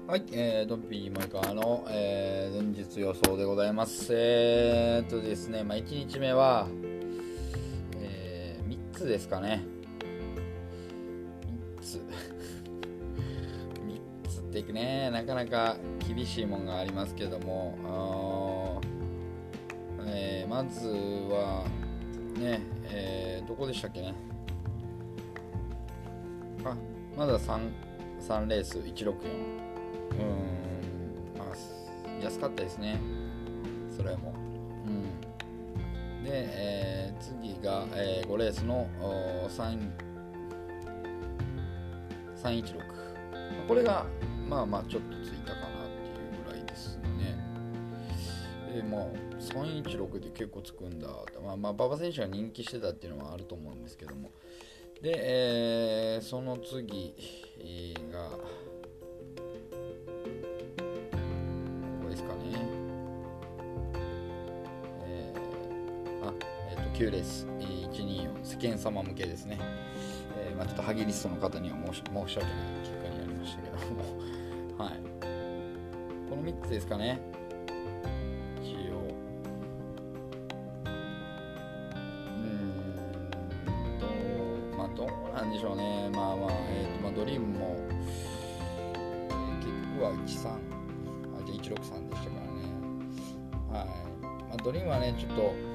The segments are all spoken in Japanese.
はい、ドンピーマイカーの、前日予想でございます。ですね、1日目は、3つですかね。3つ。3つってね、なかなか厳しいもんがありますけども、まずは、ね、どこでしたっけね。まだ3レース164。安かったですね、それも。で、次が、5レースの316。これがちょっとついたかなっていうぐらいですね。316で結構つくんだ。馬場選手が人気してたっていうのはあると思うんですけども。で、その次が9レース124世間様向けですね。ちょっとハギリストの方には申し訳ない結果になりましたけどもはい、この3つですかね。一応どうなんでしょうね。ドリームも、結局はじゃあ163でしたからね。はい、ドリームはねちょっと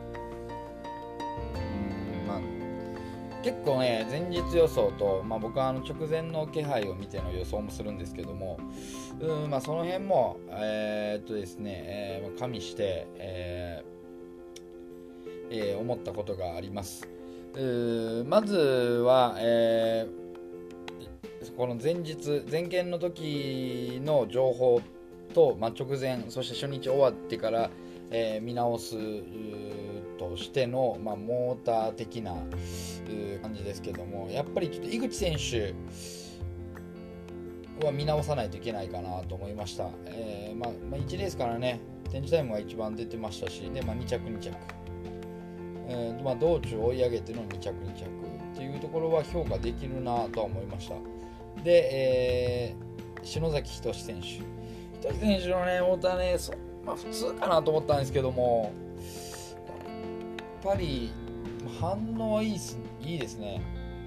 結構ね、前日予想と、僕は直前の気配を見ての予想もするんですけども、その辺もですね、加味して、思ったことがあります。まずは、この前見の時の情報と、直前、そして初日終わってから、見直すとしての、モーター的な感じですけども、やっぱりちょっと井口選手は見直さないといけないかなと思いました。1レースからね展示タイムが一番出てましたし、で、2着2着、道中追い上げての2着2着っていうところは評価できるなとは思いました。で、篠崎仁選手のねモーターね普通かなと思ったんですけども、やっぱり反応はいいですね。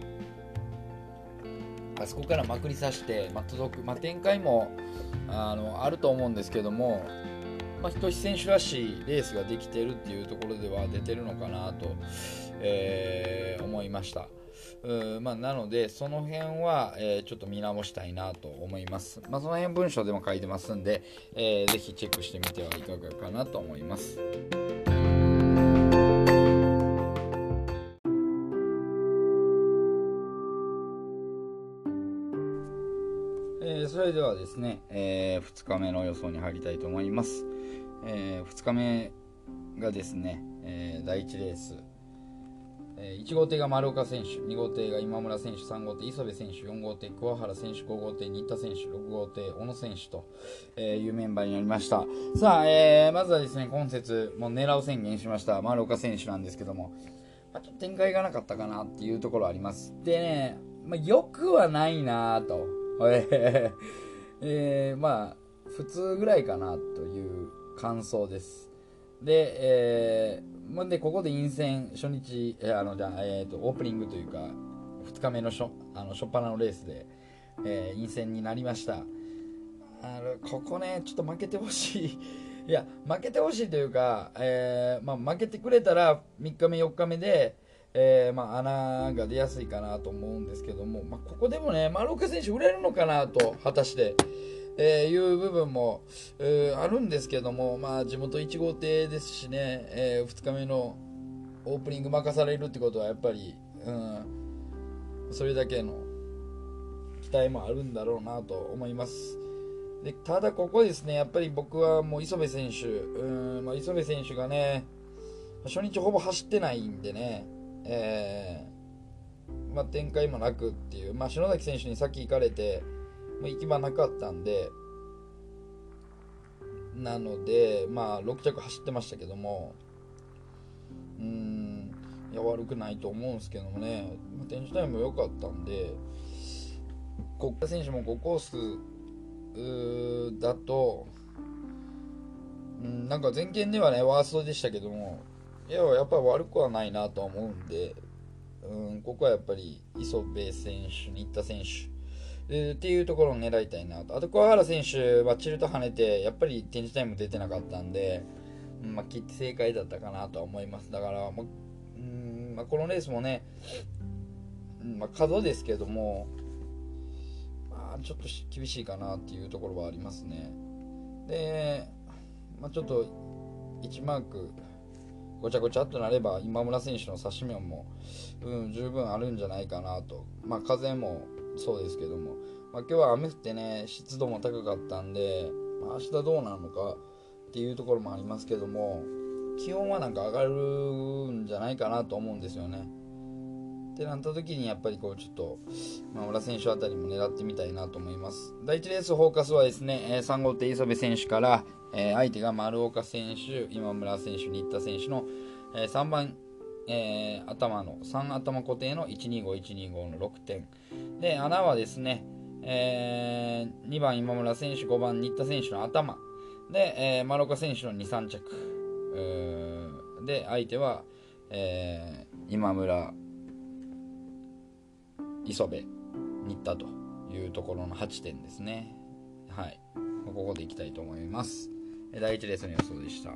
あそこからまくりさして届く、展開もあると思うんですけども、仁選手らしいレースができてるっていうところでは出てるのかなと、思いました。なのでその辺は、ちょっと見直したいなと思います。その辺文章でも書いてますんで、ぜひチェックしてみてはいかがかなと思います。それではですね、2日目の予想に入りたいと思います。2日目がですね、第1レース、1号艇が丸岡選手、2号艇が今村選手、3号艇磯部選手、4号艇桑原選手、5号艇新田選手、6号艇小野選手と、いうメンバーになりました。さあ、まずはですね、今節もう狙う宣言しました丸岡選手なんですけども、ちょっと展開がなかったかなっていうところあります。でね、よくはないなと普通ぐらいかなという感想です。で、ここで陰線初日、オープニングというか2日目の初っ端のレースで、陰線になりました。ここねちょっと負けてほしいいや負けてほしいというか、負けてくれたら3日目4日目で穴が出やすいかなと思うんですけども、ここでもね丸岡選手売れるのかなと果たして、いう部分も、あるんですけども、地元1号艇ですしね、2日目のオープニング任されるってことはやっぱり、それだけの期待もあるんだろうなと思います。でただここですね、やっぱり僕はもう磯部選手、磯部選手がね初日ほぼ走ってないんでね、展開もなくっていう、篠崎選手に先行かれて行き場なかったんで、なので6着走ってましたけども、いや悪くないと思うんですけどもね、展示タイムも良かったんで、国家選手も5コースだと、なんか前見ではねワーストでしたけども、やっぱり悪くはないなと思うんで、ここはやっぱり磯部選手、新田選手、っていうところを狙いたいなと。あと桑原選手バッチリと跳ねてやっぱり展示タイム出てなかったんで、切って正解だったかなとは思います。だから、このレースもね、角ですけども、ちょっと厳しいかなっていうところはありますね。で、ちょっと1マークごちゃごちゃっとなれば今村選手の差し面も、十分あるんじゃないかなと。風もそうですけども、今日は雨降ってね湿度も高かったんで、明日どうなるのかっていうところもありますけども、気温はなんか上がるんじゃないかなと思うんですよね。ってなった時にやっぱりちょっと今村選手あたりも狙ってみたいなと思います。第1レースフォーカスはですね、3号艇磯部選手から、相手が丸岡選手、今村選手、新田選手の、3番、頭の3頭固定の125125の6点で、穴はですね、2番今村選手、5番新田選手の頭で、丸岡選手の2、3着で、相手は、今村、磯部、新田というところの8点ですね。はい、ここでいきたいと思います。第1レースの予想でした。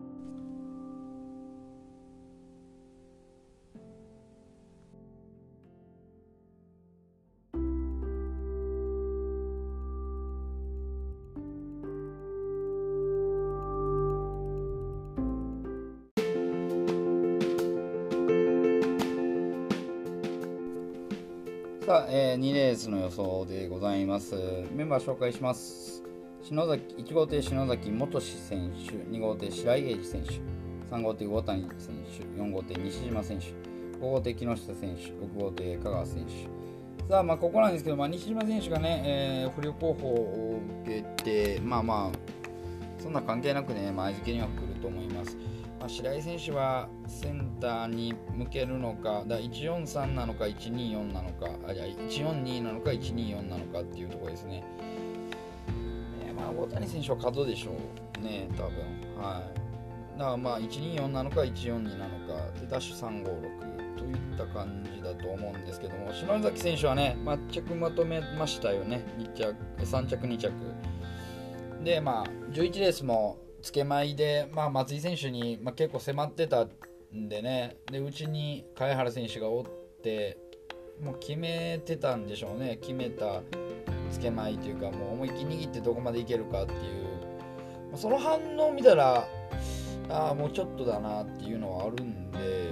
さあ、2レースの予想でございます。メンバー紹介します。1号艇篠崎元志選手、2号艇白井英二選手、3号艇魚谷選手、4号艇西島選手、5号艇木下選手、6号艇香川選手。さあ、ここなんですけど、西島選手がね、不良候補を受けて、そんな関係なくね、前付けには来ると思います。白井選手はセンターに向けるのか、143なのか124なのか、142なのか124なのかっていうところですね。大谷選手は角でしょうね、多分。はい。だから124なのか142なのかで、ダッシュ356といった感じだと思うんですけども、篠崎選手はね、着まとめましたよね。3着2着で、11レースもつけまいで、松井選手に、結構迫ってたんでね、でうちに貝原選手がおって、もう決めてたんでしょうね。決めたつけまいというか、もう思いっきり握ってどこまでいけるかっていう、その反応を見たら、もうちょっとだなっていうのはあるんで、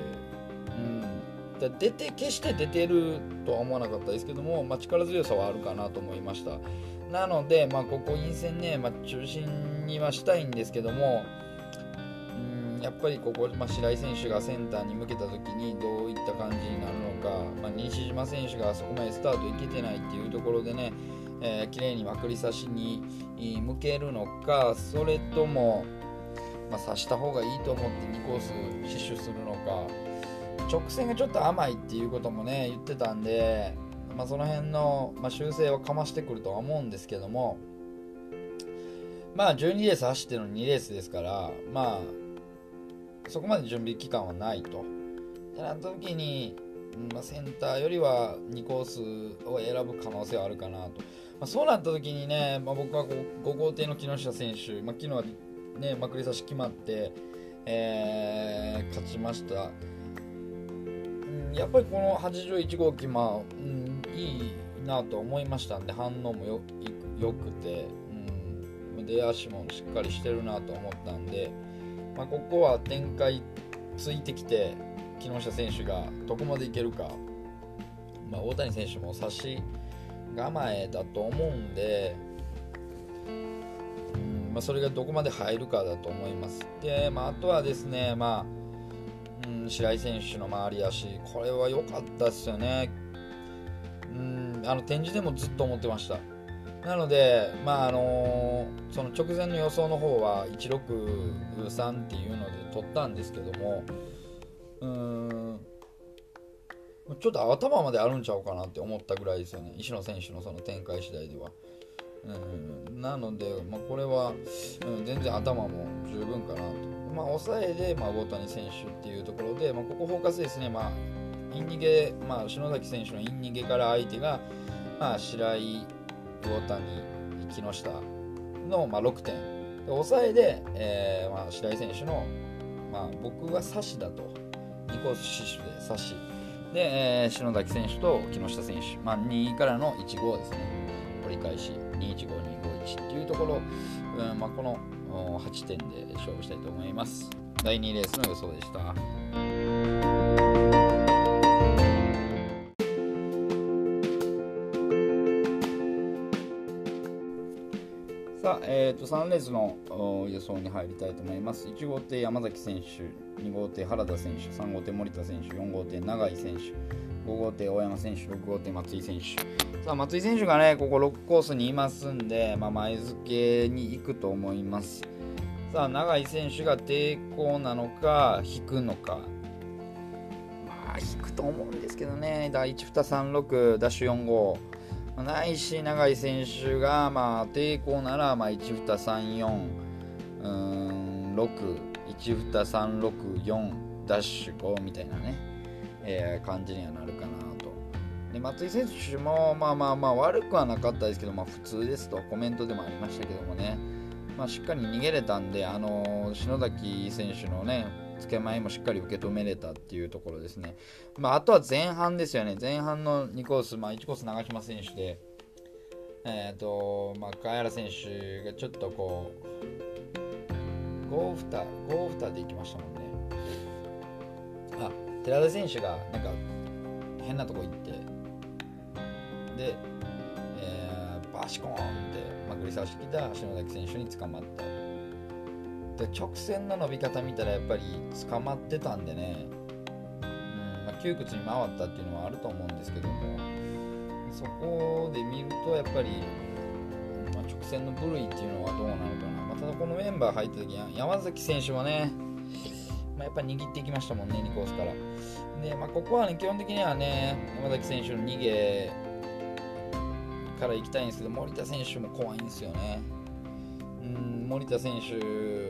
決して出てるとは思わなかったですけども、力強さはあるかなと思いました。なので、ここ陰線ね、中心にはしたいんですけども、やっぱりここ、白井選手がセンターに向けた時にどういった感じになるのか、西島選手がそこまでスタートいけてないっていうところでね、綺麗にまくり差しに向けるのか、それとも、差した方がいいと思って2コース死守するのか、直線がちょっと甘いっていうこともね言ってたんで、その辺の、修正をかましてくるとは思うんですけども、12レース走っての2レースですから、そこまで準備期間はないと。なった時に、センターよりは2コースを選ぶ可能性はあるかなと。そうなった時にね、僕は5号艇の木下選手、昨日はねまくり差し決まって、勝ちました。やっぱりこの81号機、いいなと思いましたんで、反応もよくて、出足もしっかりしてるなと思ったんで、ここは展開ついてきて木下選手がどこまでいけるか、大谷選手も差し構えだと思うんで、それがどこまで入るかだと思います。で、あとはですね、白井選手の回り足、これは良かったですよね。展示でもずっと思ってました。なので、その直前の予想の方は163っていうので取ったんですけども、ちょっと頭まであるんちゃうかなって思ったぐらいですよね。石野選手のその展開次第では。 なので、これは、全然頭も十分かなと。抑えで、大谷選手っていうところで、ここフォーカスですね。イン逃げ、篠崎選手のイン逃げから相手が、白井、大谷、木下の、6点で抑えで、白井選手の、僕は差しだと2コース死守で差しで、篠崎選手と木下選手、2からの1-5ですね、折り返し 2-1-5-2-5-1 っていうところ、この8点で勝負したいと思います。第2レースの予想でした。さあ、3レースの予想に入りたいと思います。1号艇山崎選手、2号艇原田選手、3号艇森田選手、4号艇永井選手、5号艇大山選手、6号艇松井選手。さあ、松井選手がね、ここ6コースにいますんで、前付けに行くと思います。さあ、永井選手が抵抗なのか引くのか、引くと思うんですけどね。第1-2-3-6ダッシュ4-5ないし、永井選手が抵抗なら1-2-3-4 6 1-2-3-6-4ダッシュ5みたいなね、感じにはなるかなと。で、松井選手も悪くはなかったですけど、普通ですとコメントでもありましたけどもね、しっかり逃げれたんで、篠崎選手のねつけ前もしっかり受け止めれたっていうところですね。あとは前半ですよね。前半の2コース、1コース長嶋選手で、貝原選手がちょっとこう5-2で行きましたもんね。寺田選手がなんか変なとこ行ってで、バシコーンってまくり差してきた篠崎選手に捕まった。で、直線の伸び方見たらやっぱり捕まってたんでね、窮屈に回ったっていうのはあると思うんですけども、そこで見るとやっぱり、直線の部類っていうのはどうなのかな。ただこのメンバー入った時山崎選手もね、やっぱり握っていきましたもんね、2コースから。で、ここはね基本的にはね山崎選手の逃げから行きたいんですけど、森田選手も怖いんですよね。森田選手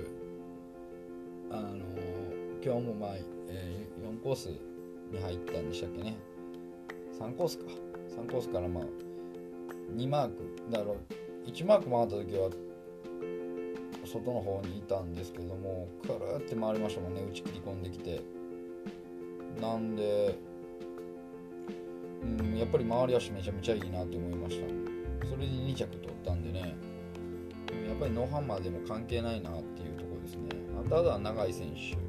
今日も4コースに入ったんでしたっけね。3コースから2マークだろう。1マーク回った時は外の方にいたんですけども、くるって回りましたもんね、打ち切り込んできて。なんでやっぱり回り足めちゃめちゃいいなって思いました。それで2着取ったんでね、やっぱりノーハンマーでも関係ないなっていうところですね。ただ永井選手、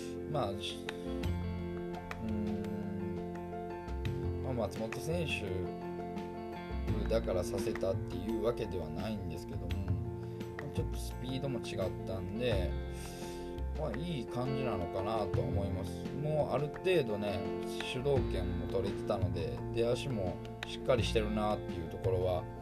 松本選手だからさせたっていうわけではないんですけども、ちょっとスピードも違ったんで、いい感じなのかなと思います。もうある程度ね主導権も取れてたので、出足もしっかりしてるなっていうところは、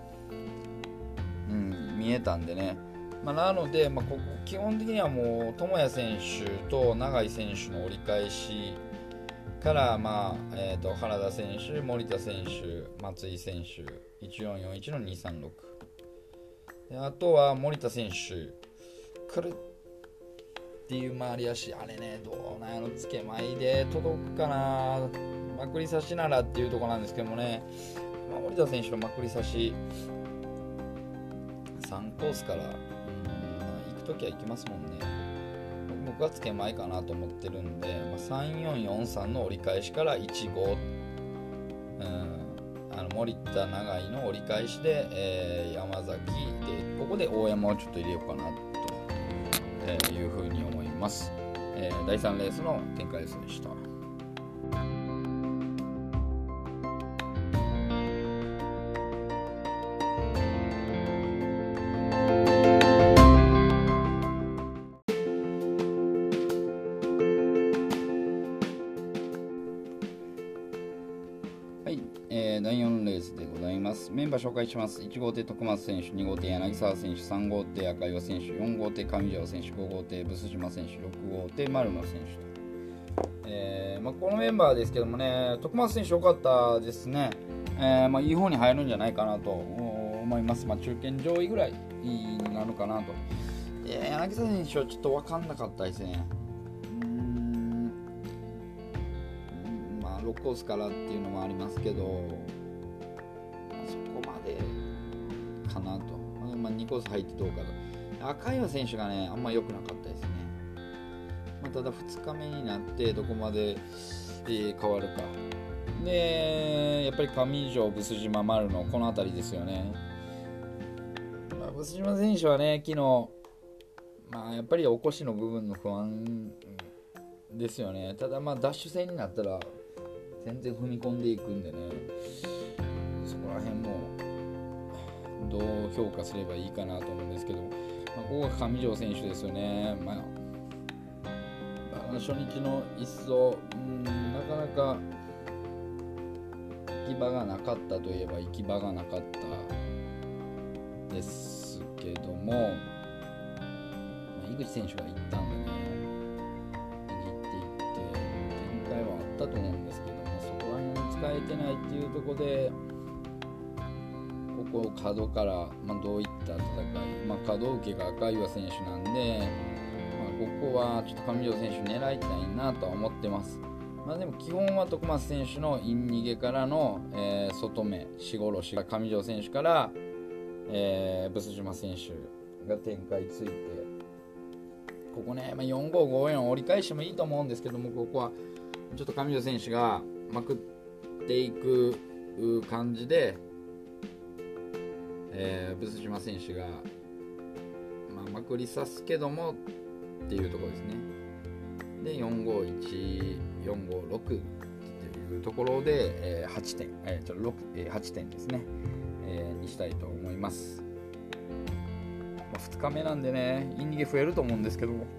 見えたんでね。なので、ここ基本的にはもう友谷選手と永井選手の折り返しから原田選手、森田選手、松井選手、1441の236で、あとは森田選手来るっていう回り足、あれねどうなんやろ、つけ前で届くかな、まくり差しならっていうところなんですけどもね、森田選手のまくり差し3コースから行くときは行きますもんね。僕はつけ前かなと思ってるんで、3443の折り返しから15、森田永井の折り返しで、山崎で、ここで大山をちょっと入れようかなと、いうふうに思います。第3レースの展開予想でした。第4レースでございます。メンバー紹介します。1号艇徳松選手、2号艇柳沢選手、3号艇赤岩選手、4号艇上条選手、5号艇ブス島選手、6号艇丸野選手と、このメンバーですけどもね、徳松選手良かったですね。いい方に入るんじゃないかなと思思います。中堅上位ぐらいなのかなと。柳田選手はちょっと分かんなかったですね。ロコースからっていうのもありますけど、そこまでかなと。2コース入ってどうかと。赤岩選手がね、あんま良くなかったですね。ただ2日目になってどこまで、変わるか。で、やっぱり上条、ブス島、丸のこの辺りですよね。ブス島選手はね、昨日、やっぱりお腰の部分の不安ですよね。ただダッシュ戦になったら全然踏み込んでいくんでね、そこら辺もどう評価すればいいかなと思うんですけど、ここが上条選手ですよね。初日の一走、なかなか行き場がなかったといえば行き場がなかったですけども、井口選手が行ったんでね、握っていって展開はあったと思うんですけども、そこら辺に使えてないっていうところで、ここ角から、どういった戦い、角受けが赤岩選手なんで、ここはちょっと上条選手狙いたいなとは思ってます。でも基本は徳松選手のイン逃げからの、外目四殺しが上条選手から、ブス島選手が展開ついて、ここね、4554折り返してもいいと思うんですけども、ここはちょっと上条選手がまくっていく感じで、ブス島選手が、まくりさすけどもっていうところですね。で451、456っていうところで、8点、8点ですね、にしたいと思います。2日目なんでね、イン逃げ増えると思うんですけども、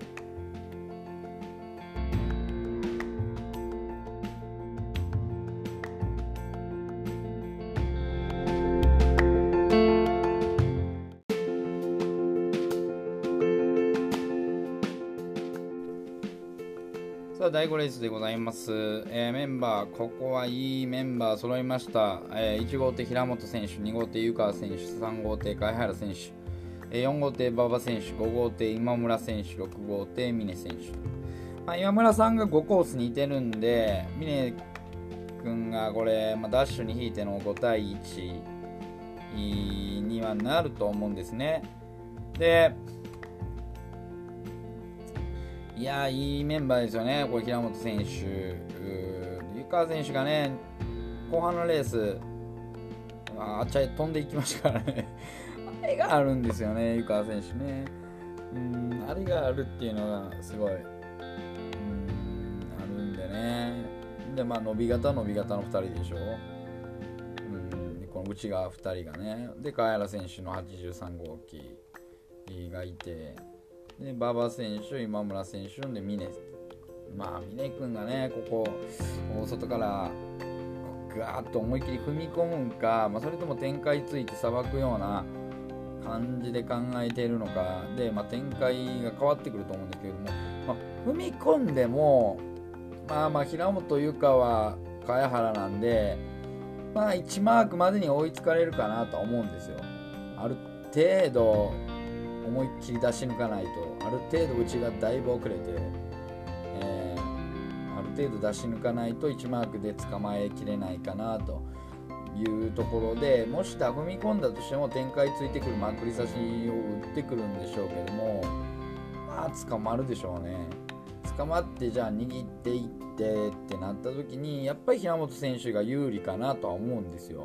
第5レースでございます。メンバー、ここはいいメンバー揃いました。1号艇平本選手、2号艇湯川選手、3号艇貝原選手、4号艇馬場選手、5号艇今村選手、6号艇峰選手。今村さんが5コースにいてるんで、峰君がこれ、ダッシュに引いての5対1にはなると思うんですね。で、いいメンバーですよね。これ平本選手、湯川選手がね、後半のレースあっちゃ飛んでいきましたからねあれがあるんですよね、湯川選手ね。あれがあるっていうのがすごいあるんでね。で伸び型の2人でしょ。この内側2人がね、で貝原選手の83号機がいて、で馬場選手、今村選手で峰君がね、ここ大外からガーッと思い切り踏み込むんか、それとも展開ついてさばくような感じで考えているのかで、展開が変わってくると思うんですけれども、踏み込んでも平本湯川貝原なんで、1マークまでに追いつかれるかなとは思うんですよ。ある程度思いっきり出し抜かないと、ある程度内がだいぶ遅れて、ある程度出し抜かないと1マークで捕まえきれないかなというところで、もし踏み込んだとしても展開ついてくるまくり差しを打ってくるんでしょうけども、捕まるでしょうね。捕まってじゃあ握っていってってなった時に、やっぱり平本選手が有利かなとは思うんですよ。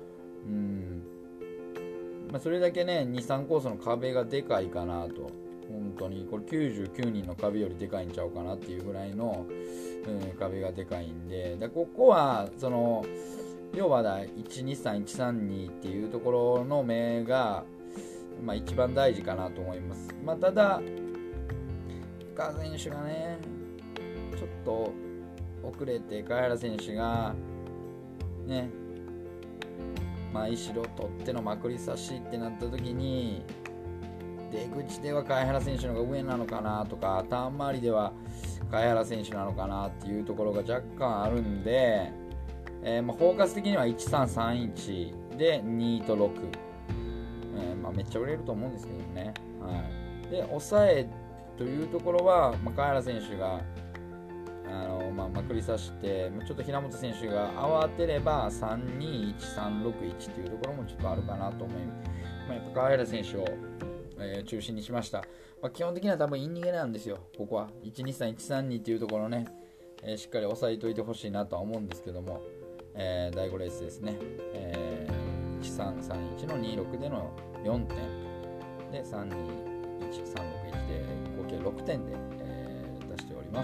それだけね、2,3コースの壁がでかいかなと。本当にこれ99人の壁よりでかいんちゃうかなっていうぐらいの、壁がでかいんで、ここはその要は123、132っていうところの目が、一番大事かなと思います。ただ深川選手がねちょっと遅れて、貝原選手がね石を取ってのまくり差しってなった時に、出口では貝原選手の方が上なのかなとか、ターン周りでは貝原選手なのかなっていうところが若干あるんで、フォーカス的には1331で2と6 めっちゃ売れると思うんですけどね。はい、で抑えというところは、貝原選手がまくりさして、ちょっと平本選手が慌てれば321、361というところもちょっとあるかなと思います。やっぱ貝原選手を、中心にしました。基本的には多分イン逃げなんですよ。ここは123、132というところね、しっかり押さえといてほしいなとは思うんですけども、第5レースですね、1331の26での4点で321、361で合計6点で、出しております。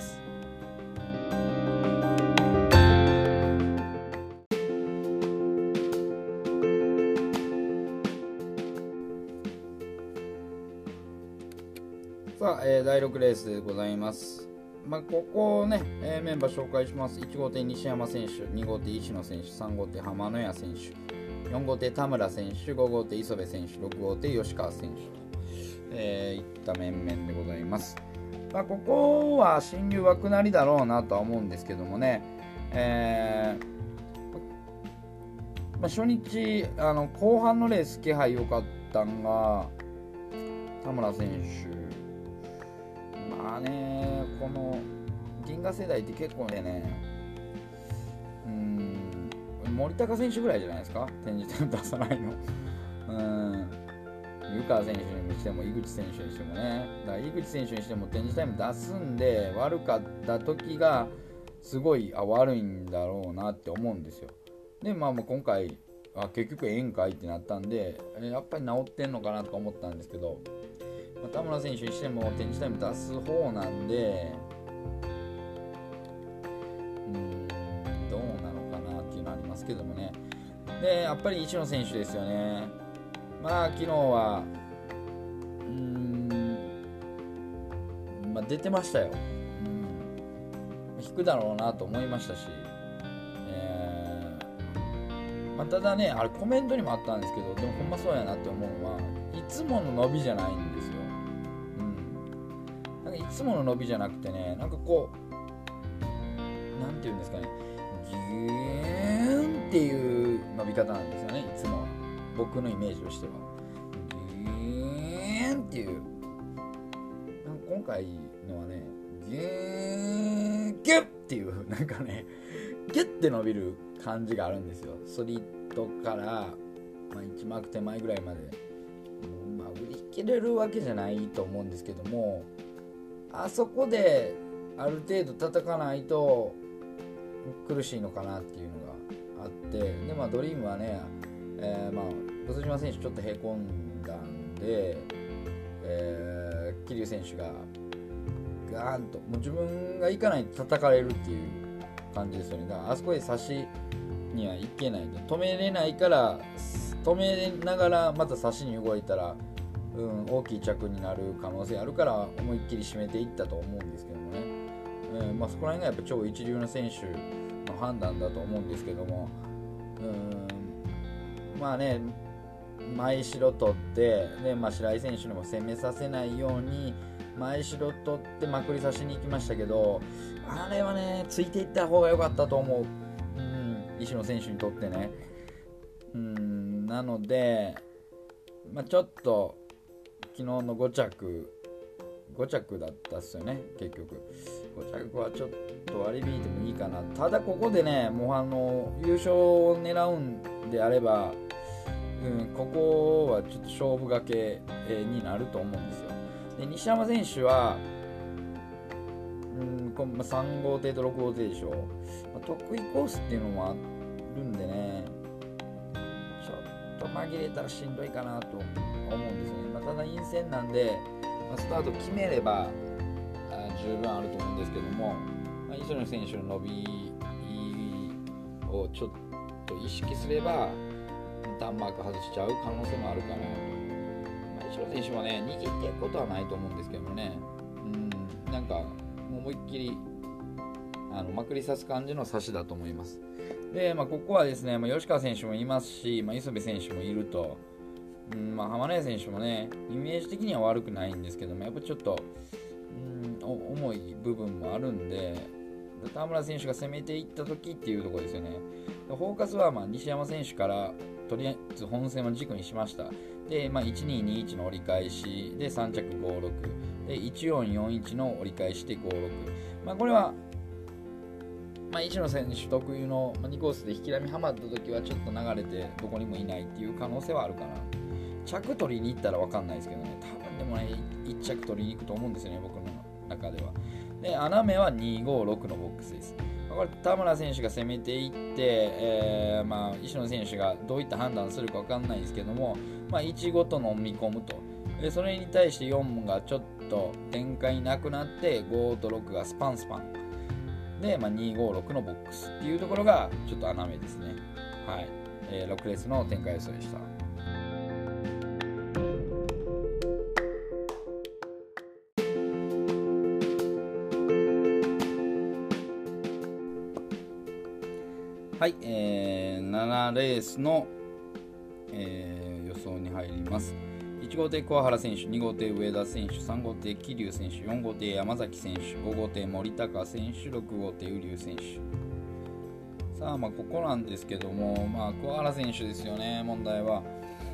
さあ、第6レースでございます。ここをね、メンバー紹介します。1号艇西山選手、2号艇石野選手、3号艇浜野谷選手、4号艇田村選手、5号艇磯部選手、6号艇吉川選手と、いった面々でございます。ここは新入枠なりだろうなとは思うんですけどもね、初日後半のレース気配良かったんが田村選手、この銀河世代って結構ね、森高選手ぐらいじゃないですか、展示点出さないの。湯川選手にしても井口選手にしてもね、だから井口選手にしても展示タイム出すんで、悪かった時がすごい悪いんだろうなって思うんですよ。で今回結局宴会ってなったんで、やっぱり治ってんのかなとか思ったんですけど、田村選手にしても展示タイム出す方なんで、どうなのかなっていうのはありますけどもね。でやっぱり石野選手ですよね。昨日は出てましたよ。引くだろうなと思いましたし、ただね、あれコメントにもあったんですけど、でもほんまそうやなって思うのはいつもの伸びじゃないんですよ。なんかいつもの伸びじゃなくてね、なんかこうなんていうんですかね、ギューンっていう伸び方なんですよね、いつも僕のイメージとしては。ギューンっていう、今回のはね、ギューンギュッっていうなんかね、ギュッて伸びる感じがあるんですよ。スリットから、1マーク手前ぐらいまで、売り切れるわけじゃないと思うんですけども、あそこである程度叩かないと苦しいのかなっていうのがあって、でドリームはね、細島選手ちょっとへこんだんで、桐生選手がガーンともう自分が行かないと叩かれるっていう感じですよね。だからあそこで差しにはいけないと、止めれないから、止めながらまた差しに動いたら、大きい着になる可能性あるから思いっきり締めていったと思うんですけどもね、そこら辺がやっぱ超一流の選手の判断だと思うんですけども、前白取ってで、白井選手にも攻めさせないように前白取ってまくり差しに行きましたけど、あれはねついていった方が良かったと思う、石野選手にとってね。なので、ちょっと昨日の5着だったっすよね。結局5着はちょっと割り引いてもいいかな。ただここでね、もう優勝を狙うんであれば、ここはちょっと勝負がけになると思うんですよ。で西山選手は3号艇と6号艇でしょ、得意コースっていうのもあるんでね、ちょっと紛れたらしんどいかなと思うんですよね。ただ陰線なんで、スタート決めれば十分あると思うんですけども、磯野選手の伸びをちょっと意識すればターンマーク外しちゃう可能性もあるかなと。石野選手もね握っていくことはないと思うんですけどもね、なんか思いっきりまくり刺す感じの差しだと思います。で、ここはですね、吉川選手もいますし、磯部選手もいると、浜根選手もねイメージ的には悪くないんですけども、やっぱちょっと重い部分もあるんで、田村選手が攻めていった時っていうところですよね。フォーカスは西山選手からとりあえず本戦を軸にしました。 で、1221の折り返しで3着56で1441の折り返しで56、これは、一野選手特有の2コースで引き波はまった時はちょっと流れてどこにもいないっていう可能性はあるかな。着取りに行ったら分かんないですけどね、多分でもね1着取りに行くと思うんですよね、僕の中では。で穴目は256のボックスです。これ田村選手が攻めていって、石野選手がどういった判断するか分かんないですけども、1ごと飲み込むと。でそれに対して4がちょっと展開なくなって5と6がスパンで、256のボックスっていうところがちょっと穴目ですね。はい、6レースの展開予想でした。はい、7レースの、予想に入ります。1号艇桑原選手、2号艇上田選手、3号艇桐生選手、4号艇山崎選手、5号艇森高選手、6号艇瓜生選手。さあ、ここなんですけども、桑原選手ですよね、問題は。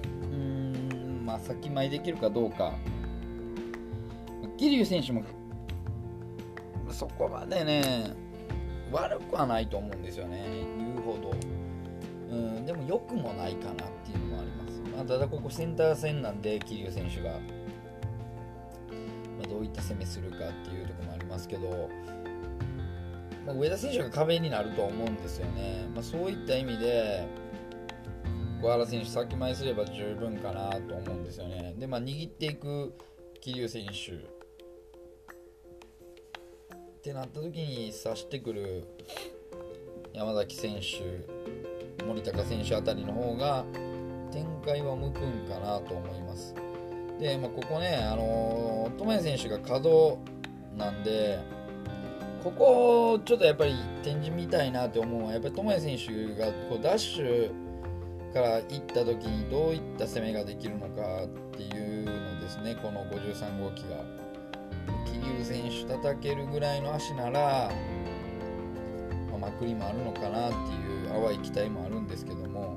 先前できるかどうか。桐生選手もそこまでね、悪くはないと思うんですよね、言うほど。でも良くもないかなっていうのもあります。ただここセンター戦なんで桐生選手が、どういった攻めするかっていうところもありますけど、上田選手が壁になると思うんですよね。そういった意味で小原選手先前すれば十分かなと思うんですよね。で、握っていく桐生選手ってなった時に差してくる山崎選手、森高選手あたりの方が展開は向くんかなと思います。で、ここね、友谷選手が稼働なんで、ここちょっとやっぱり展示見たいなって思うのは、やっぱり友谷選手がこうダッシュから行った時にどういった攻めができるのかっていうのですね。この53号機が桐生選手叩けるぐらいの足なら、まくりもあるのかなっていう淡い期待もあるんですけども、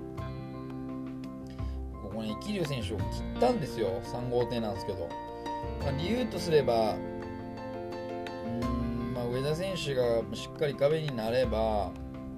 ここね桐生選手を切ったんですよ、3号艇なんですけど、理由とすれば上田選手がしっかり壁になれば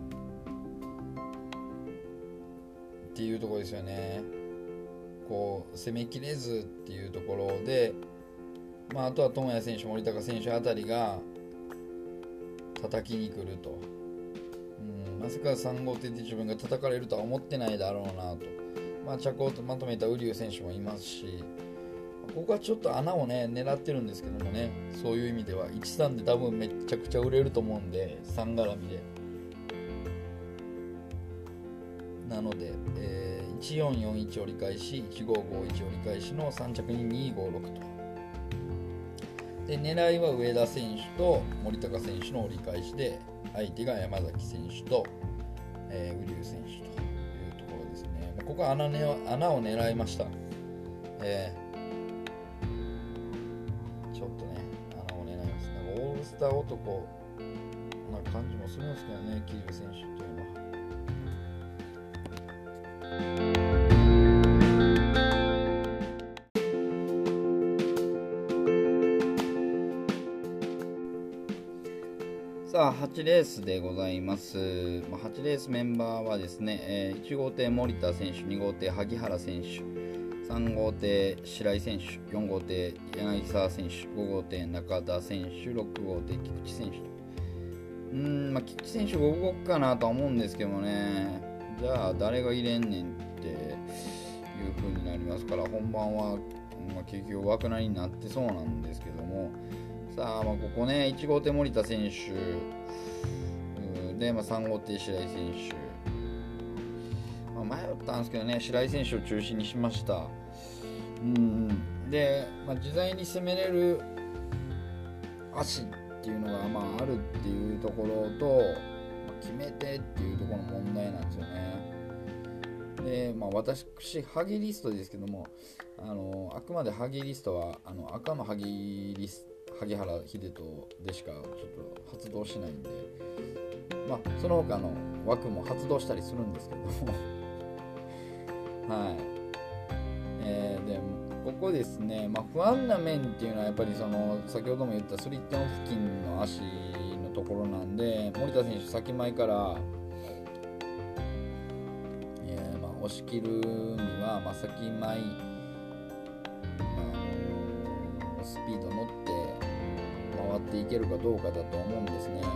っていうところですよね。こう攻めきれずっていうところで、あとは友谷選手、森高選手あたりが叩きに来ると、まさか3号艇で自分が叩かれるとは思ってないだろうなと。着をまとめた瓜生選手もいますし、ここはちょっと穴をね狙ってるんですけどもね、そういう意味では13で多分めちゃくちゃ売れると思うんで、3絡みで。なので、1441折り返し、1551折り返しの3着に256と。で狙いは上田選手と森高選手の折り返しで、相手が山崎選手と瓜生選手というところですね。ここは穴を狙いました。ちょっとね穴を狙います。オールスター男な感じもするんですけどね、桐生選手というのは。さあ8レースでございます。8レースメンバーはですね、1号艇森田選手、2号艇萩原選手、3号艇白井選手、4号艇柳沢選手、5号艇中田選手、6号艇菊池選手と。菊池選手5動くかなとは思うんですけどもね、じゃあ誰が入れんねんっていう風になりますから、本番は、結局枠なりになってそうなんですけども、さあ、ここね1号艇森田選手で、3号艇白井選手、迷ったんですけどね、白井選手を中心にしました。で、自在に攻めれる足っていうのがあるっていうところと、決めてっていうところの問題なんですよね。で、私ハギリストですけども、あくまでハギリストは赤のハギ原秀人でしかちょっと発動しないんで、その他の枠も発動したりするんですけどもはい、 でここですね、不安な面っていうのはやっぱりその先ほども言ったスリットの付近の足のところなんで、森田選手先前から、押し切るには、先前、スピード乗って回っていけるかどうかだと思うんですね。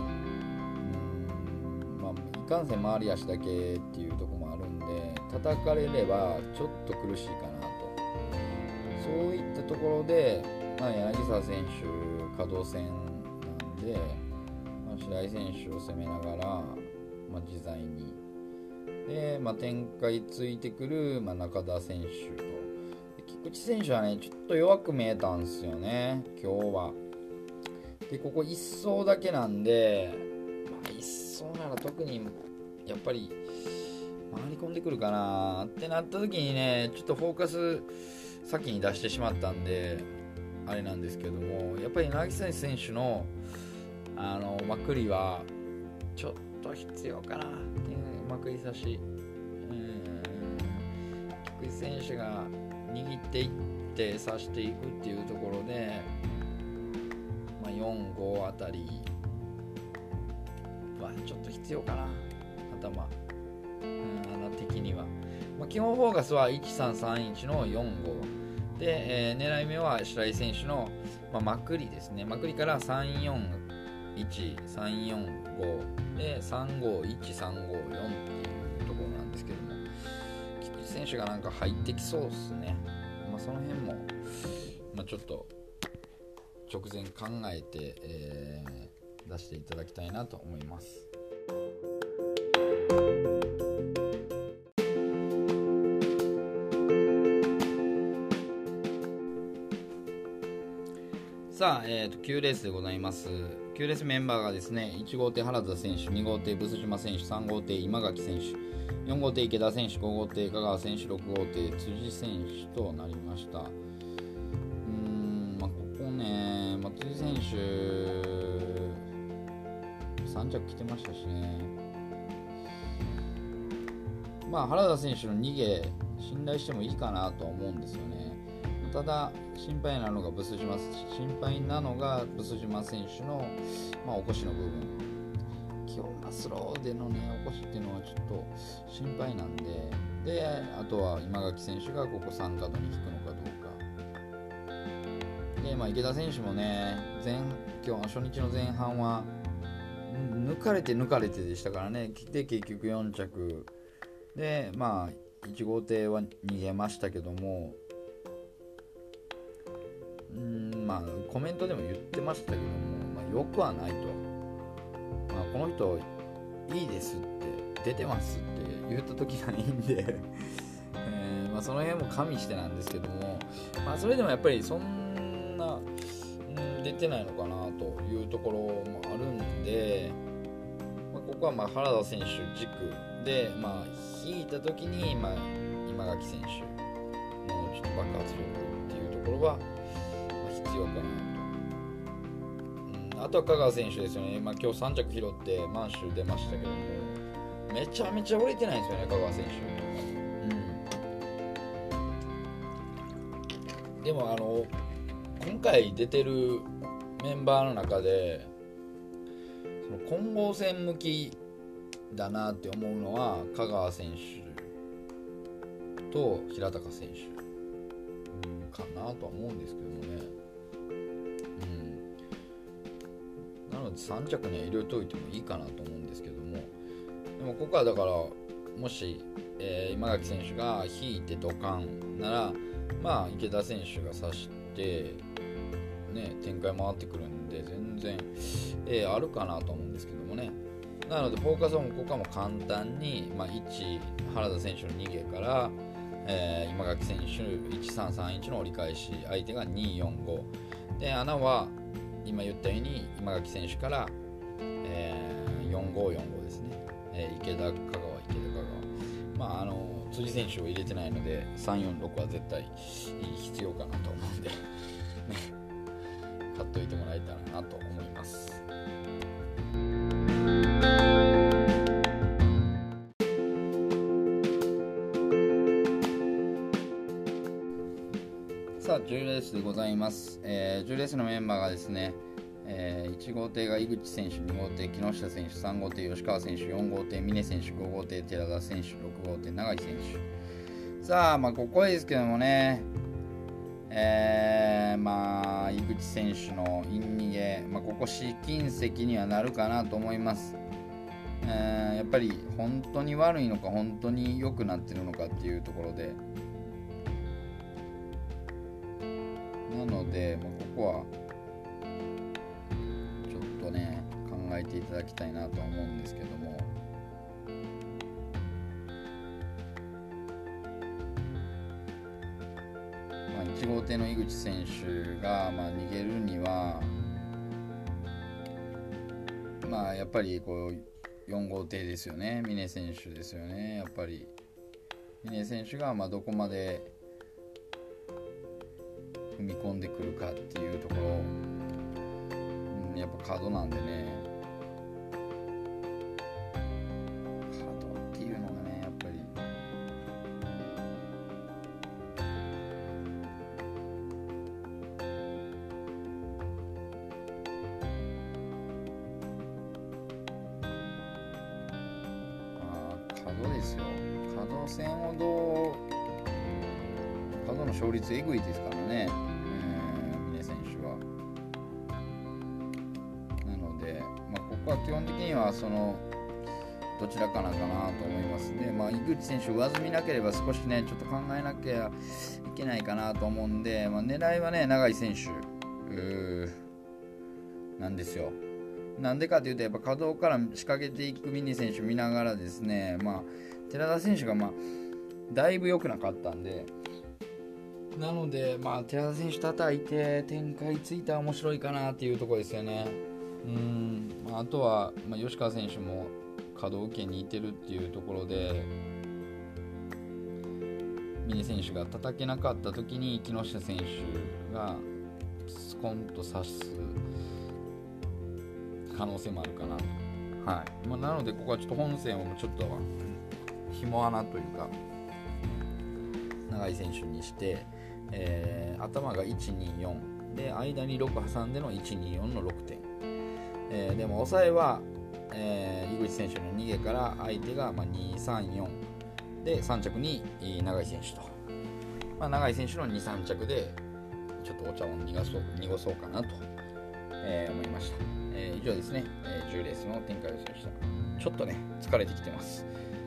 いかんせん回り足だけっていうところもあるんで、叩かれればちょっと苦しいかなと。そういったところで、柳沢選手稼働戦なんで、白井選手を攻めながら、自在にで、展開ついてくる、中田選手と菊池選手はねちょっと弱く見えたんですよね今日は。でここ1走だけなんで、1走なら特にやっぱり回り込んでくるかなってなった時にね、ちょっとフォーカス先に出してしまったんであれなんですけども、やっぱり柳沢選手のまくりはちょっと必要かな。まくり差し、菊池選手が握っていって刺していくっていうところで、4、5あたりはちょっと必要かな頭、的には、基本フォーカスは1331の4、5で、狙い目は白井選手の、まくりですね。まくりから341、345で351、354っていうところなんですけども、菊池選手がなんか入ってきそうですね。その辺も、ちょっと直前考えて、出していただきたいなと思います。さあ、9レースでございます。9レースメンバーがですね、1号艇原田選手、2号艇ブス島選手、3号艇今垣選手、4号艇池田選手、5号艇香川選手、6号艇辻選手となりました。ここね、辻選手3着来てましたしね、原田選手の逃げ信頼してもいいかなとは思うんですよね。ただ心配なのがブス島選手の、おこしの部分、基本スローでのねおこしっていうのはちょっと心配なんで、あとは今垣選手がここ3角に引くのかどうかで、池田選手もね今日初日の前半は抜かれてでしたからね。で結局4着で、1号艇は逃げましたけども、コメントでも言ってましたけども、よくはないと、この人いいですって出てますって言った時がいいんでその辺も加味してなんですけども、それでもやっぱりそんな、出てないのかなというところもあるんで、ここは原田選手軸で、引いた時に、今垣選手のちょっと爆発力っていうところは必要かなと。あとは香川選手ですよね。今日3着拾って満州出ましたけども、めちゃめちゃ折れてないんですよね、香川選手。でも今回出てるメンバーの中でその混合戦向きだなって思うのは香川選手と平高選手かなとは思うんですけどもね。なので3着には入れといてもいいかなと思うんですけども、でもここはだからもし、今垣選手が引いてドカンなら、池田選手が差してね展開回ってくるんで全然、あるかなと思うんですけどもね。なのでフォーカスもここはもう簡単に、1原田選手の逃げから、今垣選手1331の折り返し、相手が245で、穴は今言ったように今垣選手から、4545ですね、池田香川辻選手を入れてないので346は絶対必要かなと思うんで買っといてもらえたらなと思います。 さあ10レースでございます、10レースのメンバーがですね、1号艇が井口選手、2号艇木下選手、3号艇吉川選手、4号艇峰選手、5号艇寺田選手、6号艇永井選手。さあ、ここですけどもね、井口選手のイン逃げ、ここ試金石にはなるかなと思います。やっぱり本当に悪いのか本当に良くなってるのかっていうところで、なので、ここはちょっとね考えていただきたいなと思うんですけども、1号艇の井口選手が逃げるには、やっぱりこう4号艇ですよね、峰選手ですよね。やっぱり峰選手がどこまで踏み込んでくるかっていうところ、やっぱ角なんでね、角っていうのがね、やっぱり角ですよ。角戦を角の勝率えぐいですからね、峰選手は。なので、ここは基本的にはどちらかなと思いますね。井口選手上積みなければ少しねちょっと考えなきゃいけないかなと思うんで、狙いはね永井選手なんですよ。なんでかというと、やっぱ可動から仕掛けていく峰選手見ながらですね、寺田選手がだいぶ良くなかったんで、なので寺田選手叩いて展開ついたら面白いかなっていうところですよね。あとは、吉川選手も可動受けにいてるっていうところで、峰選手が叩けなかった時に木下選手がスコンと刺す可能性もあるかな。なのでここはちょっと本線をちょっと紐穴というか永井選手にして、頭が124で間に6挟んでの124の6点、でも抑えは、井口選手の逃げから相手が234で3着に永井選手と、永井選手の2、3着でちょっとお茶を濁そうかなと、思いました。以上ですね、10レースの展開をしました。ちょっとね疲れてきてます。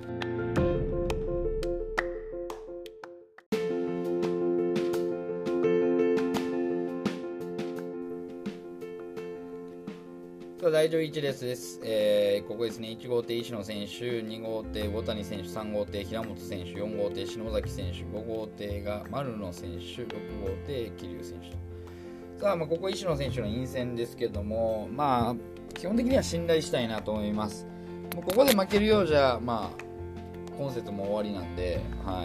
第11レースです。ここですね、1号艇石野選手、2号艇大谷選手、3号艇平本選手、4号艇篠崎選手、5号艇が丸野選手、6号艇桐生選手と。さあ、ここ石野選手の陰線ですけども、基本的には信頼したいなと思います。ここで負けるようじゃ、今節も終わりなんで、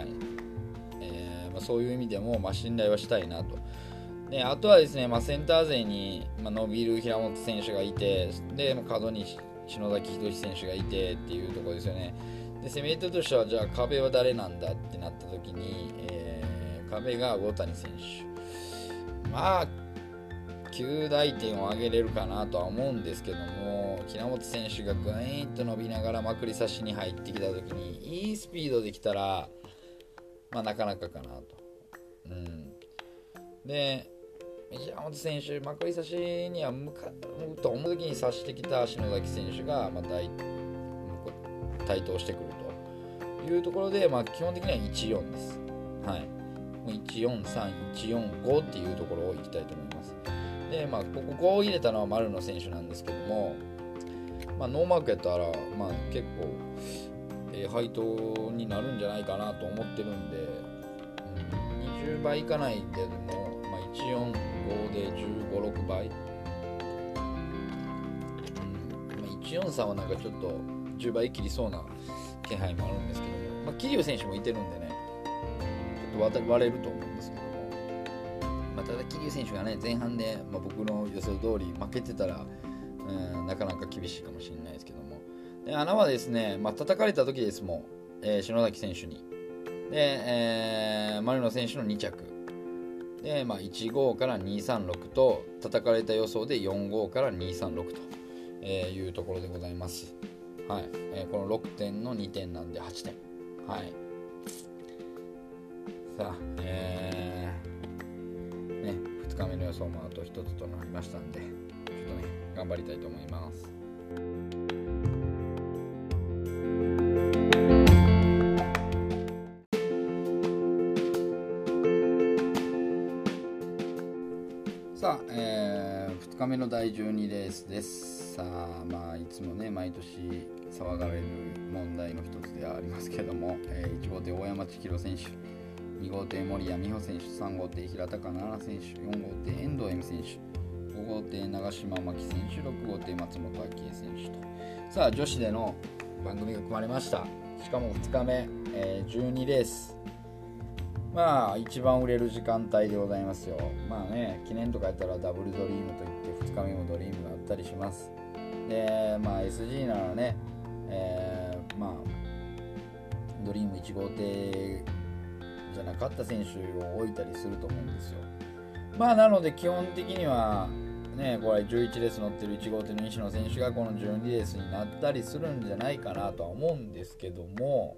そういう意味でも、信頼はしたいなと。で、あとはですね、センター勢に、伸びる平本選手がいて、で、角に篠崎仁選手がいてっていうところですよね。で、攻め手としては、じゃあ壁は誰なんだってなった時に、壁が大谷選手。9大点を上げれるかなとは思うんですけども、平本選手がグイーンと伸びながらまくり差しに入ってきた時にいいスピードできたら、なかなかかなと。で、平本選手まくり差しには向と思う時に差してきた篠崎選手が台頭してくるというところで、基本的には14です。143、145っていうところを行きたいと思います。で、ここ5入れたのは丸野選手なんですけども、ノーマークやったら、結構、配当になるんじゃないかなと思ってるんで、20倍いかないでも、145で15、6倍。143はなんかちょっと10倍切りそうな気配もあるんですけども、桐生選手もいてるんでね、ちょっと割れると思うんですけども、ただ桐生選手がね前半で、僕の予想通り負けてたら、なかなか厳しいかもしれないですけども、で穴はですね、叩かれた時ですもん、篠崎選手にで、丸野選手の2着で、15から236と叩かれた予想で45から236というところでございます。はい。この6点の2点なんで8点。はい。さあ、2日目の予想もあと1つとなりましたんで、ちょっとね、頑張りたいと思います。さあ、2日目の第12レースです。さあ、いつもね、毎年騒がれる問題の一つではありますけども、1号艇大山千尋選手、2号艇森谷美穂選手、3号艇平高奈々選手、4号艇遠藤恵美選手、5号艇長島真希選手、6号艇松本明恵選手と、さあ女子での番組が組まれました。しかも2日目、12レース、一番売れる時間帯でございますよ。記念とかやったらダブルドリームといって2日目もドリームがあったりします。で、SG ならね、ドリーム1号艇じゃなかった選手を置いたりすると思うんですよ。なので基本的にはね、これ11レース乗ってる1号艇の西野選手がこの12レースになったりするんじゃないかなとは思うんですけども、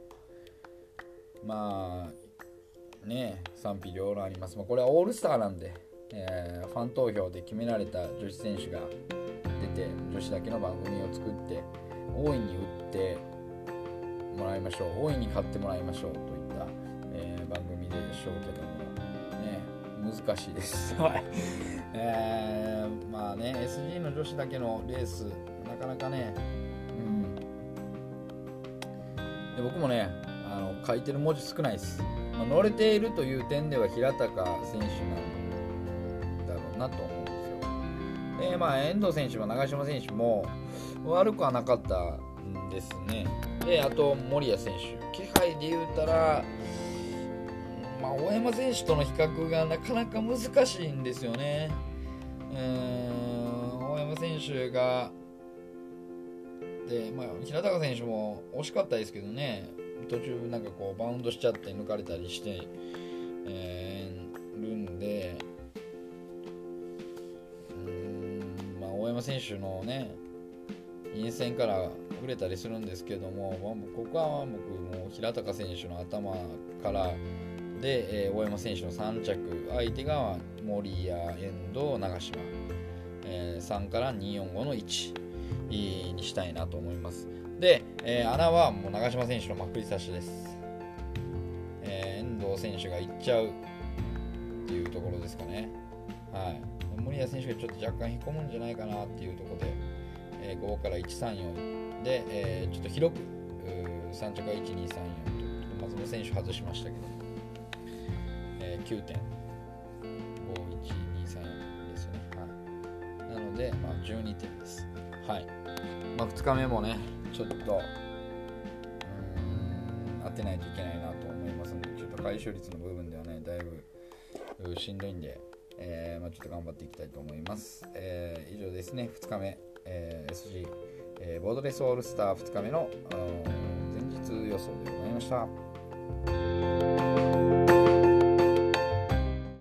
賛否両論あります。これはオールスターなんで、ファン投票で決められた女子選手が出て、女子だけの番組を作って大いに売ってもらいましょう、大いに買ってもらいましょうといった、番組でしょうけどもね、難しいです。SG の女子だけのレースなかなかね、で僕もね、書いてる文字少ないです。乗れているという点では平高選手なんだろうなと思うんですよ。で、遠藤選手も長島選手も悪くはなかったんですね。で、あと森谷選手、気配で言うたら、大山選手との比較がなかなか難しいんですよね。大山選手がで、平高選手も惜しかったですけどね、途中バウンドしちゃって抜かれたりして、るんで、大山選手のね陰線から触れたりするんですけども、ここは僕も平高選手の頭からで、大山選手の3着、相手が森谷、遠藤、長島、3から245の1にしたいなと思います。で、穴はもう長島選手のまくり差しです。遠藤選手がいっちゃうっていうところですかね。森谷選手がちょっと若干引っ込むんじゃないかなっていうところで、5から134で、ちょっと広く3着は1234と松本選手外しましたけど、9.5123ですね。なので、12点です。2日目もねちょっと当てないといけないなと思いますので、ちょっと回収率の部分ではねだいぶしんどいんで、ちょっと頑張っていきたいと思います。以上ですね、2日目、SG、ボードレースオールスター2日目の前日予想でございました。